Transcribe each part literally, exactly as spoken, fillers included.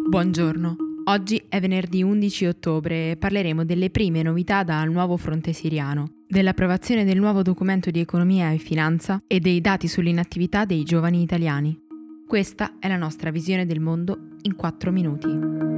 Buongiorno, oggi è venerdì undici ottobre e parleremo delle prime novità dal nuovo fronte siriano, dell'approvazione del nuovo documento di economia e finanza e dei dati sull'inattività dei giovani italiani. Questa è la nostra visione del mondo in quattro minuti.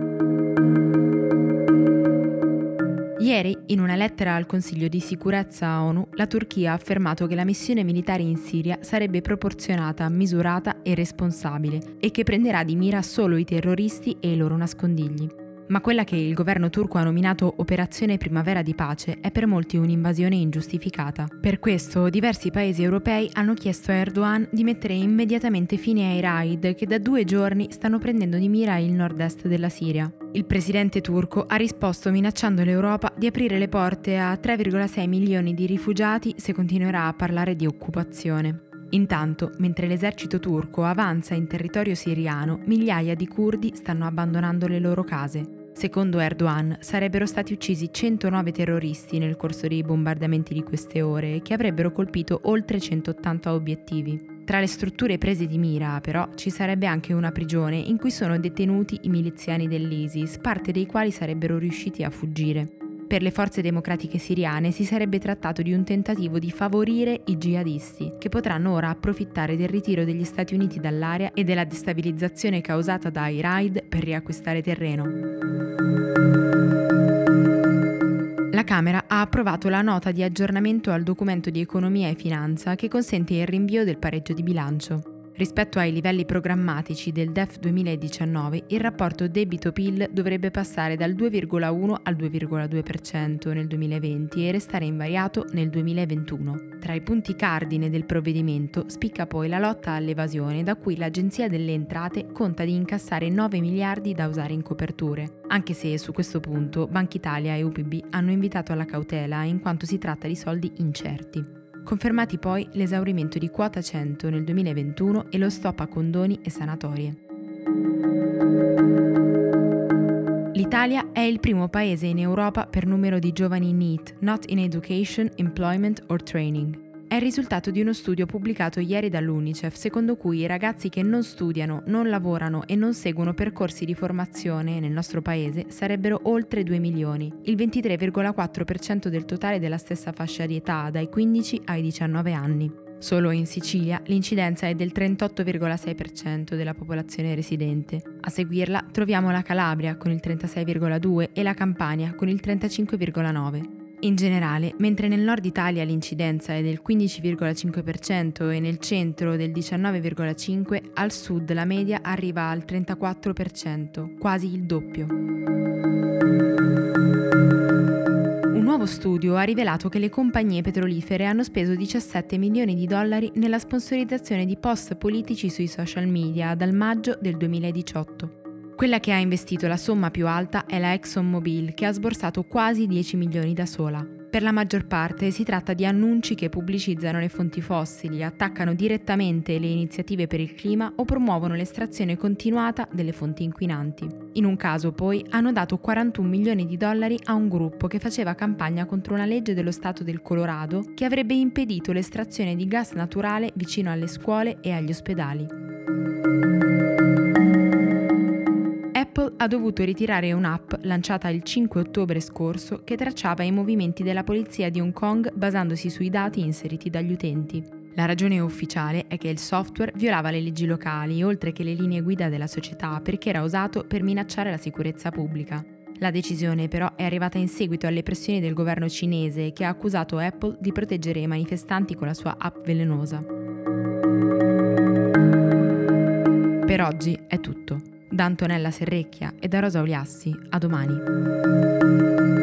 Ieri, in una lettera al Consiglio di sicurezza ONU, la Turchia ha affermato che la missione militare in Siria sarebbe proporzionata, misurata e responsabile e che prenderà di mira solo i terroristi e i loro nascondigli. Ma quella che il governo turco ha nominato Operazione Primavera di Pace è per molti un'invasione ingiustificata. Per questo diversi paesi europei hanno chiesto a Erdogan di mettere immediatamente fine ai raid che da due giorni stanno prendendo di mira il nord-est della Siria. Il presidente turco ha risposto minacciando l'Europa di aprire le porte a tre virgola sei milioni di rifugiati se continuerà a parlare di occupazione. Intanto, mentre l'esercito turco avanza in territorio siriano, migliaia di curdi stanno abbandonando le loro case. Secondo Erdogan, sarebbero stati uccisi centonove terroristi nel corso dei bombardamenti di queste ore, che avrebbero colpito oltre centottanta obiettivi. Tra le strutture prese di mira, però, ci sarebbe anche una prigione in cui sono detenuti i miliziani dell'ISIS, parte dei quali sarebbero riusciti a fuggire. Per le forze democratiche siriane si sarebbe trattato di un tentativo di favorire i jihadisti, che potranno ora approfittare del ritiro degli Stati Uniti dall'area e della destabilizzazione causata dai raid per riacquistare terreno. La Camera ha approvato la nota di aggiornamento al documento di economia e finanza che consente il rinvio del pareggio di bilancio. Rispetto ai livelli programmatici del D E F duemiladiciannove, il rapporto debito-P I L dovrebbe passare dal due virgola uno al due virgola due per cento nel duemilaventi e restare invariato nel duemilaventuno. Tra i punti cardine del provvedimento spicca poi la lotta all'evasione, da cui l'Agenzia delle Entrate conta di incassare nove miliardi da usare in coperture, anche se su questo punto Banca Italia e U P B hanno invitato alla cautela in quanto si tratta di soldi incerti. Confermati poi l'esaurimento di quota cento nel duemilaventuno e lo stop a condoni e sanatorie. L'Italia è il primo paese in Europa per numero di giovani N E E T, Not in Education, Employment or Training. È il risultato di uno studio pubblicato ieri dall'UNICEF, secondo cui i ragazzi che non studiano, non lavorano e non seguono percorsi di formazione nel nostro paese sarebbero oltre due milioni, il ventitré virgola quattro per cento del totale della stessa fascia di età, dai quindici ai diciannove anni. Solo in Sicilia l'incidenza è del trentotto virgola sei per cento della popolazione residente. A seguirla troviamo la Calabria con il trentasei virgola due per cento e la Campania con il trentacinque virgola nove per cento. In generale, mentre nel nord Italia l'incidenza è del quindici virgola cinque per cento e nel centro del diciannove virgola cinque per cento, al sud la media arriva al trentaquattro per cento, quasi il doppio. Un nuovo studio ha rivelato che le compagnie petrolifere hanno speso diciassette milioni di dollari nella sponsorizzazione di post politici sui social media dal maggio del duemiladiciotto. Quella che ha investito la somma più alta è la ExxonMobil, che ha sborsato quasi dieci milioni da sola. Per la maggior parte si tratta di annunci che pubblicizzano le fonti fossili, attaccano direttamente le iniziative per il clima o promuovono l'estrazione continuata delle fonti inquinanti. In un caso, poi, hanno dato quarantuno milioni di dollari a un gruppo che faceva campagna contro una legge dello stato del Colorado che avrebbe impedito l'estrazione di gas naturale vicino alle scuole e agli ospedali. Apple ha dovuto ritirare un'app lanciata il cinque ottobre scorso che tracciava i movimenti della polizia di Hong Kong basandosi sui dati inseriti dagli utenti. La ragione ufficiale è che il software violava le leggi locali, oltre che le linee guida della società, perché era usato per minacciare la sicurezza pubblica. La decisione però è arrivata in seguito alle pressioni del governo cinese, che ha accusato Apple di proteggere i manifestanti con la sua app velenosa. Per oggi è tutto. Da Antonella Serrecchia e da Rosa Uliassi, a domani.